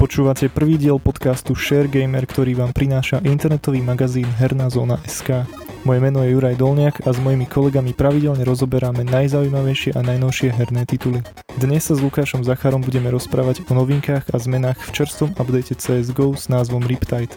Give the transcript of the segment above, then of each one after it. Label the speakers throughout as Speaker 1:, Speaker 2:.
Speaker 1: Počúvate prvý diel podcastu Share Gamer, ktorý vám prináša internetový magazín Herná zóna.sk. Moje meno je Juraj Dolniak a s mojimi kolegami pravidelne rozoberáme najzaujímavejšie a najnovšie herné tituly. Dnes sa s Lukášom Zacharom budeme rozprávať o novinkách a zmenách v čerstvom update CSGO s názvom Riptide.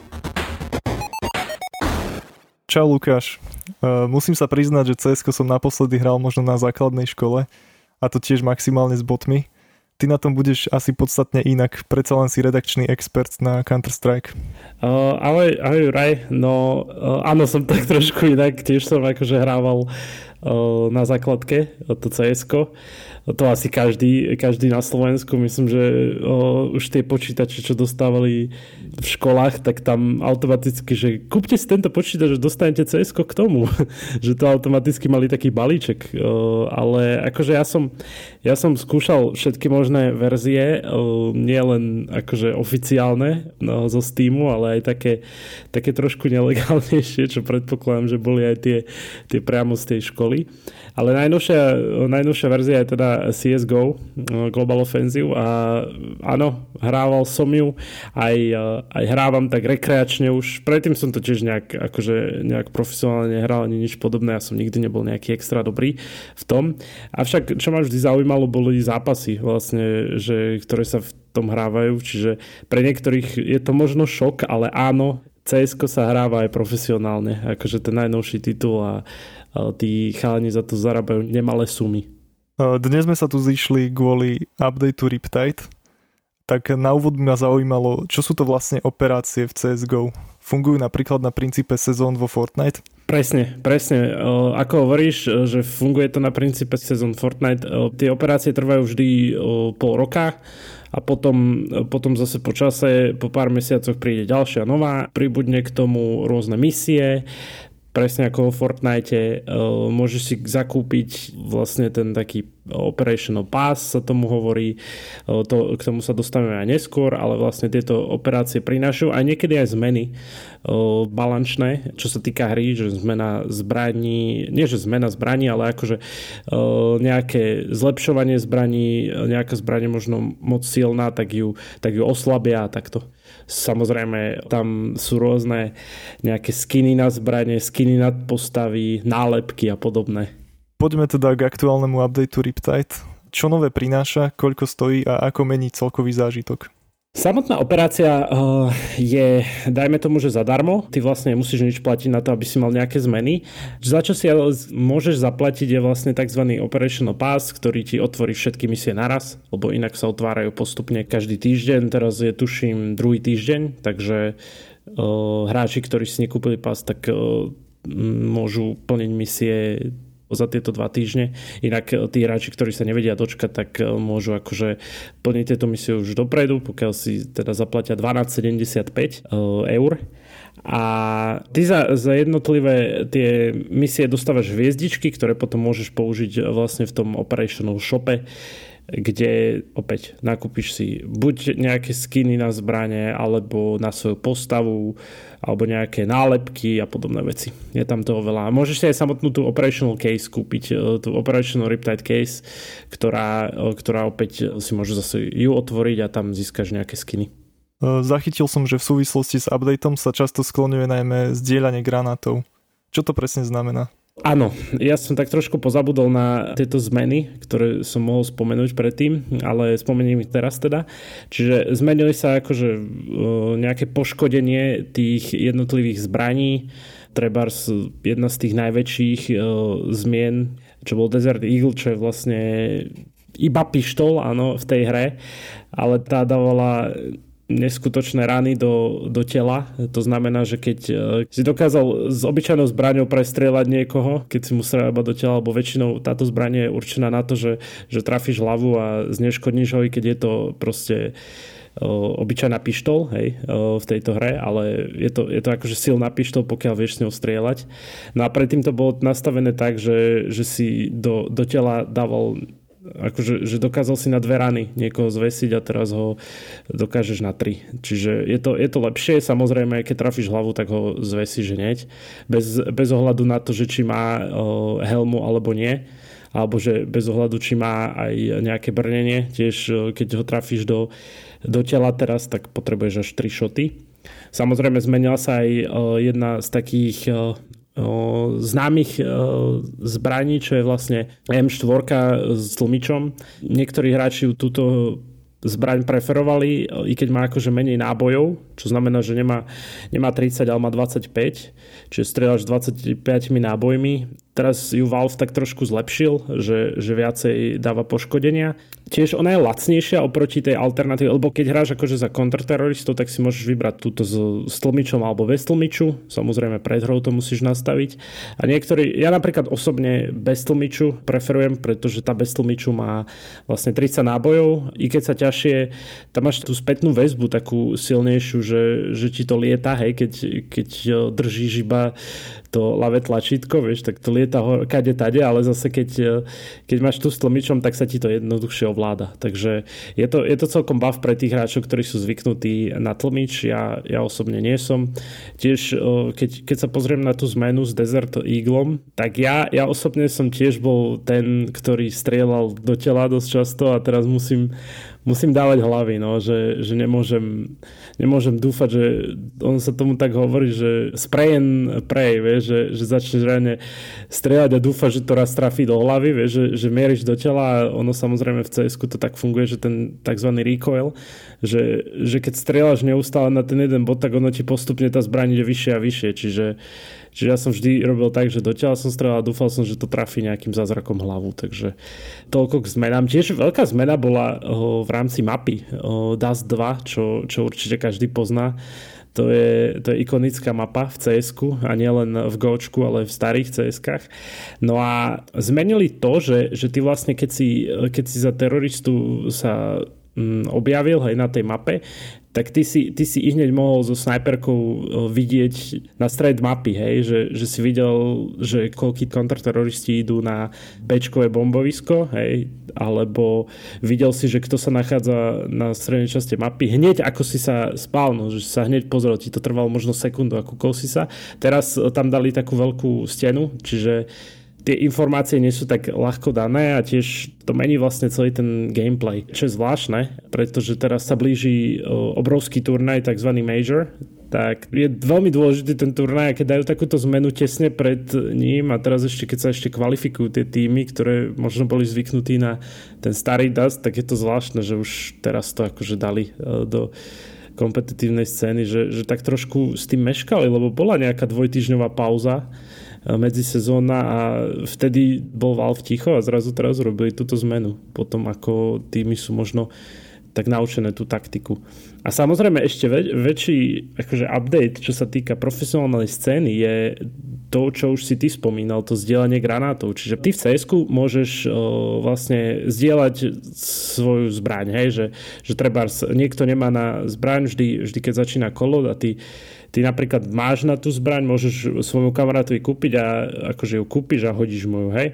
Speaker 1: Čau Lukáš, musím sa priznať, že CSGO som naposledy hral možno na základnej škole, a to tiež maximálne s botmi. Ty na tom budeš asi podstatne inak, predsa len si redakčný expert na Counter-Strike.
Speaker 2: Ahoj Juraj, no áno, som tak trošku inak, tiež som akože hrával na základke, to CS-ko. To asi každý na Slovensku, myslím, že už tie počítače, čo dostávali v školách, tak tam automaticky, že kúpte si tento počítač, že dostanete CS-ko k tomu. Že to automaticky mali taký balíček. Ale akože ja som skúšal všetky možné verzie, nie len akože oficiálne zo Steamu, ale aj také trošku nelegálnejšie, čo predpokladám, že boli aj tie priamo z tej školy. Ale najnovšia verzia je teda CSGO, Global Offensive, a áno, hrával som ju, aj hrávam tak rekreačne už. Predtým som to tiež nejak profesionálne nehral ani nič podobné, ja som nikdy nebol nejaký extra dobrý v tom. Avšak, čo ma vždy zaujímalo, boli zápasy vlastne, ktoré sa v tom hrávajú, čiže pre niektorých je to možno šok, ale áno, CS:ko sa hráva aj profesionálne, akože ten najnovší titul a tí chalani za to zarábajú nemalé sumy.
Speaker 1: Dnes sme sa tu zišli kvôli updateu Riptide, tak na úvod by ma zaujímalo, čo sú to vlastne operácie v CSGO. Fungujú napríklad na princípe sezón vo Fortnite?
Speaker 2: Presne. Ako hovoríš, že funguje to na princípe sezón Fortnite, tie operácie trvajú vždy pol roka a potom zase po čase, po pár mesiacoch príde ďalšia nová, pribudne k tomu rôzne misie. Presne ako vo Fortnite, môžeš si zakúpiť vlastne ten taký Operational Pass, sa tomu hovorí, k tomu sa dostaneme aj neskôr, ale vlastne tieto operácie prinášajú aj niekedy aj zmeny balančné, čo sa týka hry, že zmena zbraní, nie že zmena zbraní, ale akože nejaké zlepšovanie zbraní, nejaká zbraň možno moc silná, tak ju oslabia a takto. Samozrejme, tam sú rôzne nejaké skiny na zbrane, skiny na postavy, nálepky a podobné.
Speaker 1: Poďme teda k aktuálnemu updateu Riptide. Čo nové prináša, koľko stojí a ako mení celkový zážitok?
Speaker 2: Samotná operácia je, dajme tomu, že zadarmo. Ty vlastne nemusíš nič platiť na to, aby si mal nejaké zmeny. Za čo si môžeš zaplatiť je vlastne tzv. Operational Pass, ktorý ti otvorí všetky misie naraz, lebo inak sa otvárajú postupne každý týždeň. Teraz je tuším druhý týždeň, takže hráči, ktorí si nekúpili pas, tak môžu plniť misie za tieto 2 týždne. Inak tí hráči, ktorí sa nevedia dočkať, tak môžu akože plniť tieto misie už dopredu, pokiaľ si teda zaplatia 12,75 eur. A ty za jednotlivé tie misie dostávaš hviezdičky, ktoré potom môžeš použiť vlastne v tom operational shope, kde opäť nakúpiš si buď nejaké skiny na zbrane, alebo na svoju postavu, alebo nejaké nálepky a podobné veci. Je tam toho veľa. Môžeš si aj samotnú tú operational case kúpiť, tú operational Riptide case, ktorá opäť si môže zase ju otvoriť a tam získaš nejaké skiny.
Speaker 1: Zachytil som, že v súvislosti s updateom sa často skloňuje najmä zdieľanie granátov. Čo to presne znamená?
Speaker 2: Áno, ja som tak trošku pozabudol na tieto zmeny, ktoré som mohol spomenúť predtým, ale spomeniem ich teraz teda. Čiže zmenili sa akože nejaké poškodenie tých jednotlivých zbraní. Trebárs jedna z tých najväčších zmien, čo bol Desert Eagle, čo je vlastne iba pištol, áno, v tej hre, ale tá dávala neskutočné rany do tela. To znamená, že keď si dokázal s obyčajnou zbraňou prestrieľať niekoho, keď si mu strieľa do tela, lebo väčšinou táto zbraň je určená na to, že trafíš hlavu a zneškodníš ho, keď je to proste obyčajná pištol, hej, v tejto hre, ale je to akože silná pištol, pokiaľ vieš s ňou strieľať. No a predtým to bolo nastavené tak, že si do tela dával akože, že dokázal si na 2 rany niekoho zvesiť a teraz ho dokážeš na 3. Čiže je to lepšie, samozrejme, keď trafíš hlavu, tak ho zvesíš hneď. Bez ohľadu na to, že či má helmu alebo nie. alebo že bez ohľadu, či má aj nejaké brnenie, tiež keď ho trafíš do tela teraz, tak potrebuješ až 3 šoty. Samozrejme zmenila sa aj jedna z takých známych zbraní, čo je vlastne M4 s tlmičom. Niektorí hráči túto zbraň preferovali, i keď má akože menej nábojov, čo znamená, že nemá 30, ale má 25, čiže strieľaš 25 nábojmi. Teraz ju Valve tak trošku zlepšil, že viacej dáva poškodenia. Tiež ona je lacnejšia oproti tej alternatíve, lebo keď hráš akože za kontrteroristov, tak si môžeš vybrať túto s tlmičom alebo bez tlmiču. Samozrejme pred hrou to musíš nastaviť. A ja napríklad osobne bez tlmiču preferujem, pretože tá bez tlmiču má vlastne 30 nábojov. I keď sa ťažšie, tam máš tú spätnú väzbu takú silnejšiu, že ti to lieta, hej, keď držíš iba to ľavé tlačítko, vieš, tak to lieta kade tade, ale zase keď máš tu s tlmičom, tak sa ti to jednoduchšie ovláda. Takže je to celkom buff pre tých hráčov, ktorí sú zvyknutí na tlmič. Ja osobne nie som. Tiež keď sa pozriem na tú zmenu s Desert Eaglom, tak ja osobne som tiež bol ten, ktorý strieľal do tela dosť často a teraz musím dávať hlavy, no, že nemôžem dúfať, že on sa tomu tak hovorí, že spray and pray, vieš, že začneš reálne strieľať a dúfať, že to raz trafí do hlavy, vieš, že mieríš do tela a ono samozrejme v CS-ku to tak funguje, že ten tzv. Recoil, že keď strieľaš neustále na ten jeden bod, tak ono ti postupne tá zbraň ide vyššie a vyššie, čiže ja som vždy robil tak, že do tela som strieľal a dúfal som, že to trafí nejakým zázrakom hlavu, takže toľko k zmenám. Tiež veľká zmena bola v rámci mapy Dust 2, čo určite každý pozná. To je ikonická mapa v CS-ku a nielen v Gočku, ale aj v starých CS-kách. No a zmenili to, že ty vlastne keď si za teroristu sa objavil hej, na tej mape, tak ty si i hneď mohol so snajperkou vidieť na stred mapy, hej, že si videl, že koľkí kontrteroristi idú na bečkové bombovisko, hej, alebo videl si, že kto sa nachádza na strednej časti mapy. Hneď ako si sa spálnul, že sa hneď pozrel, ti to trvalo možno sekundu, ako kol si sa. Teraz tam dali takú veľkú stenu, čiže tie informácie nie sú tak ľahko dané a tiež to mení vlastne celý ten gameplay. Čo je zvláštne, pretože teraz sa blíži obrovský turnaj, tzv. Major, tak je veľmi dôležitý ten turnaj, keď dajú takúto zmenu tesne pred ním a teraz keď sa ešte kvalifikujú tie týmy, ktoré možno boli zvyknutí na ten starý Dust, tak je to zvláštne, že už teraz to akože dali do kompetitívnej scény, že tak trošku s tým meškali, lebo bola nejaká dvojtýždňová pauza medzisezóna a vtedy bol Valve ticho a zrazu teraz robili túto zmenu. Potom ako týmy sú možno tak naučené tú taktiku. A samozrejme ešte väčší akože update, čo sa týka profesionálnej scény, je to, čo už si ty spomínal, to zdieľanie granátov. Čiže ty v CS-ku môžeš vlastne zdieľať svoju zbraň, hej? Že treba niekto nemá na zbraň vždy keď začína kolo a ty napríklad máš na tú zbraň, môžeš svojmu kamarátovi kúpiť a akože ju kúpiš a hodíš mu ju, hej.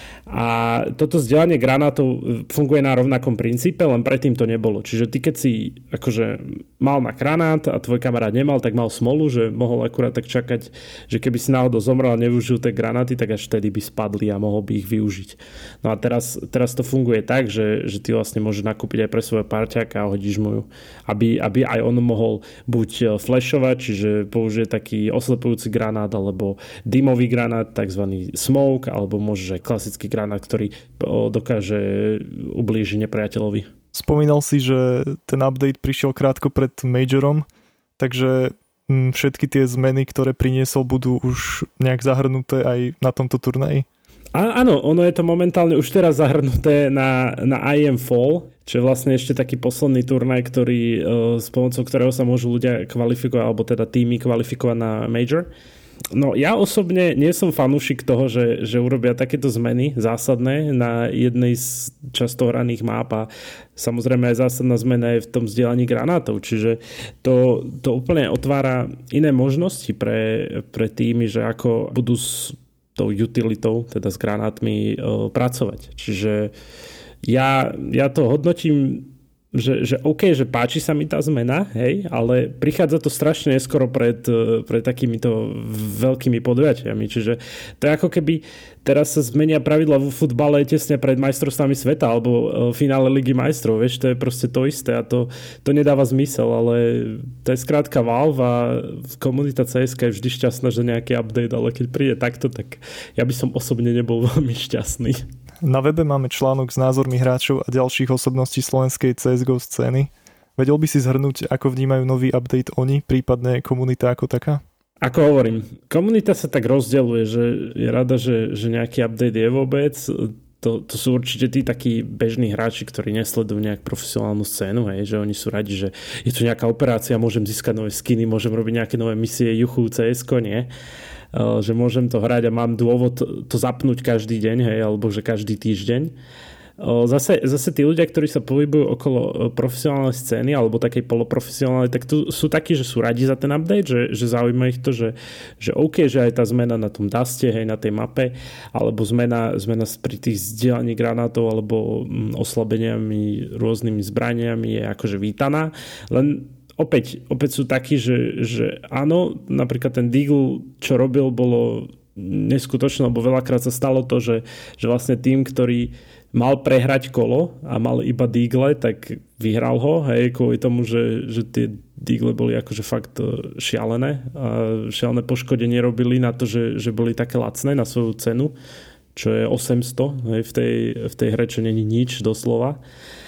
Speaker 2: A toto zdieľanie granátov funguje na rovnakom princípe, len predtým to nebolo. Čiže ty keď si akože mal na granát a tvoj kamarát nemal, tak mal smolu, že mohol akurát tak čakať, že keby si náhodou zomrel a nevyužil tie granáty, tak až vtedy by spadli a mohol by ich využiť. No a teraz to funguje tak, že ty vlastne môžeš nakúpiť aj pre svoje parťáka a hodíš mu ju, aby aj on mohol buď flashovať, čiže použije taký oslepujúci granát, alebo dymový granát, takzvaný smoke, alebo môže aj klasický granát, ktorý dokáže ublížiť nepriateľovi.
Speaker 1: Spomínal si, že ten update prišiel krátko pred Majorom, takže všetky tie zmeny, ktoré priniesol, budú už nejak zahrnuté aj na tomto turnaji?
Speaker 2: Áno, ono je to momentálne už teraz zahrnuté na IM Fall, čo je vlastne ešte taký posledný turnaj, s pomocou ktorého sa môžu ľudia kvalifikovať, alebo teda týmy kvalifikovať na Major. No ja osobne nie som fanúšik toho, že urobia takéto zmeny zásadné na jednej z často hraných map a samozrejme aj zásadná zmena je v tom zdieľaní granátov, čiže to úplne otvára iné možnosti pre týmy, že ako budú s tou utilitou, teda s granátmi pracovať. Čiže ja to hodnotím že OK, že páči sa mi tá zmena, hej, ale prichádza to strašne neskoro pred takýmito veľkými podujatiami, čiže to je ako keby teraz sa zmenia pravidla vo futbale tesne pred majstrovstvami sveta alebo finále Ligy majstrov, vieš, to je proste to isté a to nedáva zmysel, ale to je skrátka Valve a komunita CSK je vždy šťastná, že nejaký update, ale keď príde takto, tak ja by som osobne nebol veľmi šťastný.
Speaker 1: Na webe máme článok s názormi hráčov a ďalších osobností slovenskej CSGO scény. Vedel by si zhrnúť, ako vnímajú nový update oni, prípadne komunita ako taká?
Speaker 2: Ako hovorím, komunita sa tak rozdeľuje, že je rada, že nejaký update je vôbec. To sú určite tí takí bežní hráči, ktorí nesledujú nejak profesionálnu scénu, hej, že oni sú radi, že je tu nejaká operácia, môžem získať nové skiny, môžem robiť nejaké nové misie, juchu, CSko, nie? Že môžem to hrať a mám dôvod to zapnúť každý deň, hej, alebo že každý týždeň. Zase tí ľudia, ktorí sa pohybujú okolo profesionálnej scény alebo takej poloprofesionálnej, tak tu sú takí, že sú radi za ten update, že zaujíma ich to, že OK, že aj tá zmena na tom daste, hej, na tej mape, alebo zmena pri tých zdieľaní granátov alebo oslabeniami rôznymi zbraniami je akože vítaná. Len Opäť sú takí, že áno, napríklad ten Deagle, čo robil, bolo neskutočné, lebo veľakrát sa stalo to, že vlastne tým, ktorý mal prehrať kolo a mal iba Deagle, tak vyhral ho, hej, kvôli tomu, že tie Deagle boli akože fakt šialené a šialené poškodenie robili na to, že boli také lacné na svoju cenu, čo je 800, hej, v tej hre, čo není nič doslova.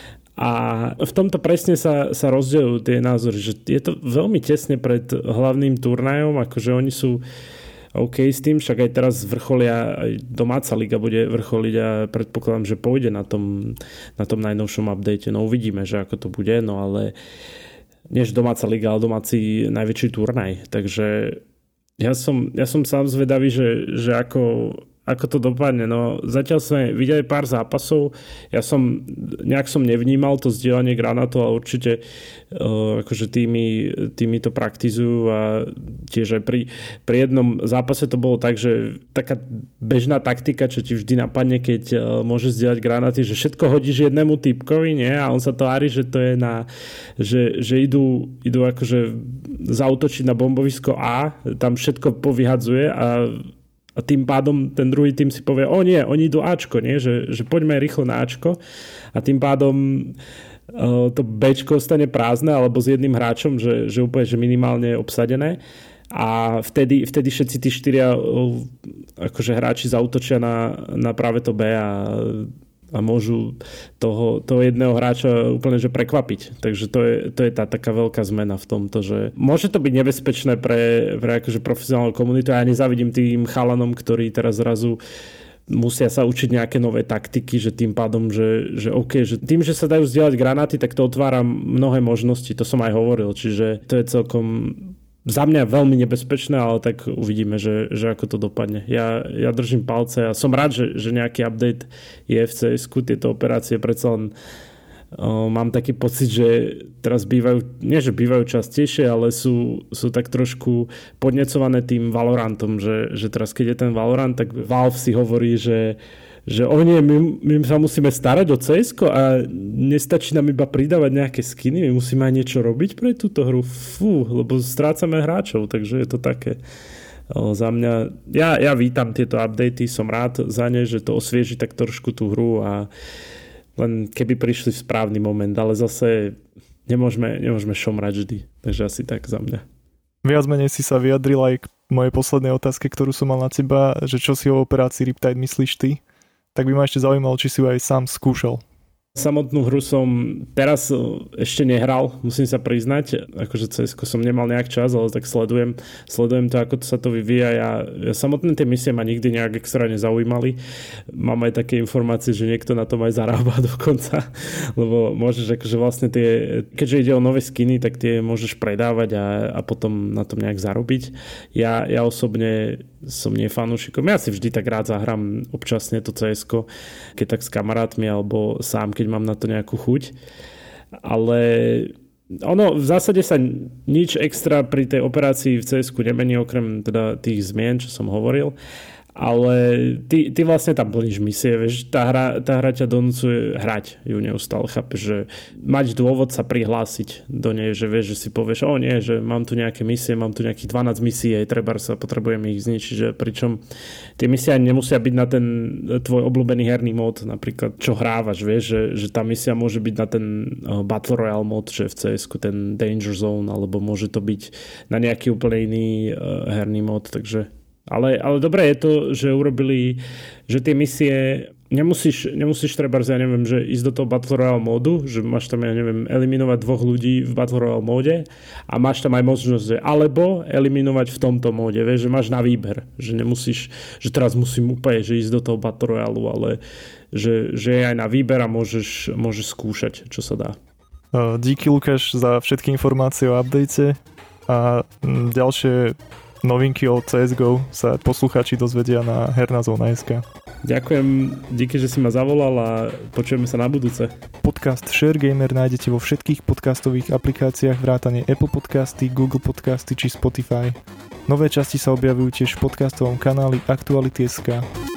Speaker 2: A v tomto presne sa rozdeľujú tie názory, že je to veľmi tesne pred hlavným turnajom, akože oni sú OK s tým, však aj teraz vrcholia, aj domáca liga bude vrcholiť a predpokladám, že pôjde na tom najnovšom update. No uvidíme, že ako to bude, no ale než domáca liga, ale domáci najväčší turnaj. Takže ja som sám zvedavý, že ako to dopadne. No, zatiaľ sme videli pár zápasov. Ja som nevnímal to zdieľanie granátov, ale určite akože týmy to praktizujú a tiež aj pri jednom zápase to bolo tak, že taká bežná taktika, čo ti vždy napadne, keď môže zdieľať granáty, že všetko hodíš jednému typkovi, nie? A on sa tvári, že to je že idú akože zaútočiť na bombovisko A, tam všetko povyhadzuje a tým pádom ten druhý tým si povie, nie, oni idú Ačko, nie? Že poďme rýchlo na Ačko a tým pádom to Bčko stane prázdne alebo s jedným hráčom, že úplne že minimálne je obsadené a vtedy všetci tí štyria akože hráči zaútočia na práve to B a môžu toho jedného hráča úplne že prekvapiť. Takže to je tá taká veľká zmena v tomto, že môže to byť nebezpečné pre akože profesionálnu komunitu a ja nezávidím tým chalanom, ktorí teraz zrazu musia sa učiť nejaké nové taktiky, že tým pádom, že OK, že tým, že sa dajú zdieľať granáty, tak to otvára mnohé možnosti, to som aj hovoril, čiže to je celkom za mňa veľmi nebezpečné, ale tak uvidíme, že ako to dopadne. Ja držím palce a som rád, že nejaký update je v CS-ku. Tieto operácie predsa len mám taký pocit, že teraz nie že bývajú častejšie, ale sú tak trošku podnecované tým Valorantom, že teraz keď je ten Valorant, tak Valve si hovorí, že my sa musíme starať o CSko a nestačí nám iba pridávať nejaké skiny, my musíme aj niečo robiť pre túto hru. Lebo strácame hráčov, takže je to také za mňa. Ja vítam tieto updaty, som rád za ne, že to osvieži tak trošku tú hru a len keby prišli v správny moment, ale zase nemôžeme šomrať vždy, takže asi tak za mňa.
Speaker 1: Viac menej si sa vyjadril aj k mojej poslednej otázke, ktorú som mal na teba, že čo si o operácii Riptide myslíš ty? Tak by ma ešte zaujímalo, či si ju aj sám skúšal.
Speaker 2: Samotnú hru som teraz ešte nehral, musím sa priznať. Akože CSko som nemal nejak čas, ale tak sledujem to, ako sa to vyvíja. Ja samotné tie misie ma nikdy nejak extra nezaujímali. Mám aj také informácie, že niekto na tom aj zarába dokonca, lebo môžeš akože vlastne keďže ide o nové skiny, tak tie môžeš predávať a potom na tom nejak zarobiť. Ja osobne som nie fanúšikom. Ja si vždy tak rád zahrám občasne to CSko, keď tak s kamarátmi alebo sám, keď mám na to nejakú chuť. Ale ono v zásade sa nič extra pri tej operácii v CSku nemení, okrem teda tých zmien, čo som hovoril. ale ty vlastne tam plníš misie, vieš, tá hra ťa donúcuje hrať ju neustále, chápeš, že mať dôvod sa prihlásiť do nej, že vieš, že si povieš, nie, že mám tu nejaké misie, mám tu nejakých 12 misií, treba sa potrebujem ich zničiť, že pričom tie misie nemusia byť na ten tvoj obľúbený herný mód, napríklad čo hrávaš, vieš, že tá misia môže byť na ten Battle Royale mód, že v CS-ku ten Danger Zone, alebo môže to byť na nejaký úplne iný herný mód, takže ale dobré je to, že urobili, že tie misie nemusíš trebárs, ja neviem, že ísť do toho Battle Royale módu, že máš tam, ja neviem, eliminovať 2 ľudí v Battle Royale móde a máš tam aj možnosť, že alebo eliminovať v tomto móde, vieš, že máš na výber, že nemusíš, že teraz musím úplne, že ísť do toho Battle Royale, ale že je aj na výber a môžeš skúšať, čo sa dá.
Speaker 1: Díky, Lukáš, za všetky informácie o update a ďalšie novinky o CSGO sa poslucháči dozvedia na hernazona.sk.
Speaker 2: Ďakujem, díky, že si ma zavolal a počujeme sa na budúce.
Speaker 1: Podcast ShareGamer nájdete vo všetkých podcastových aplikáciách vrátane Apple Podcasty, Google Podcasty či Spotify. Nové časti sa objavujú tiež v podcastovom kanáli Aktuality.sk.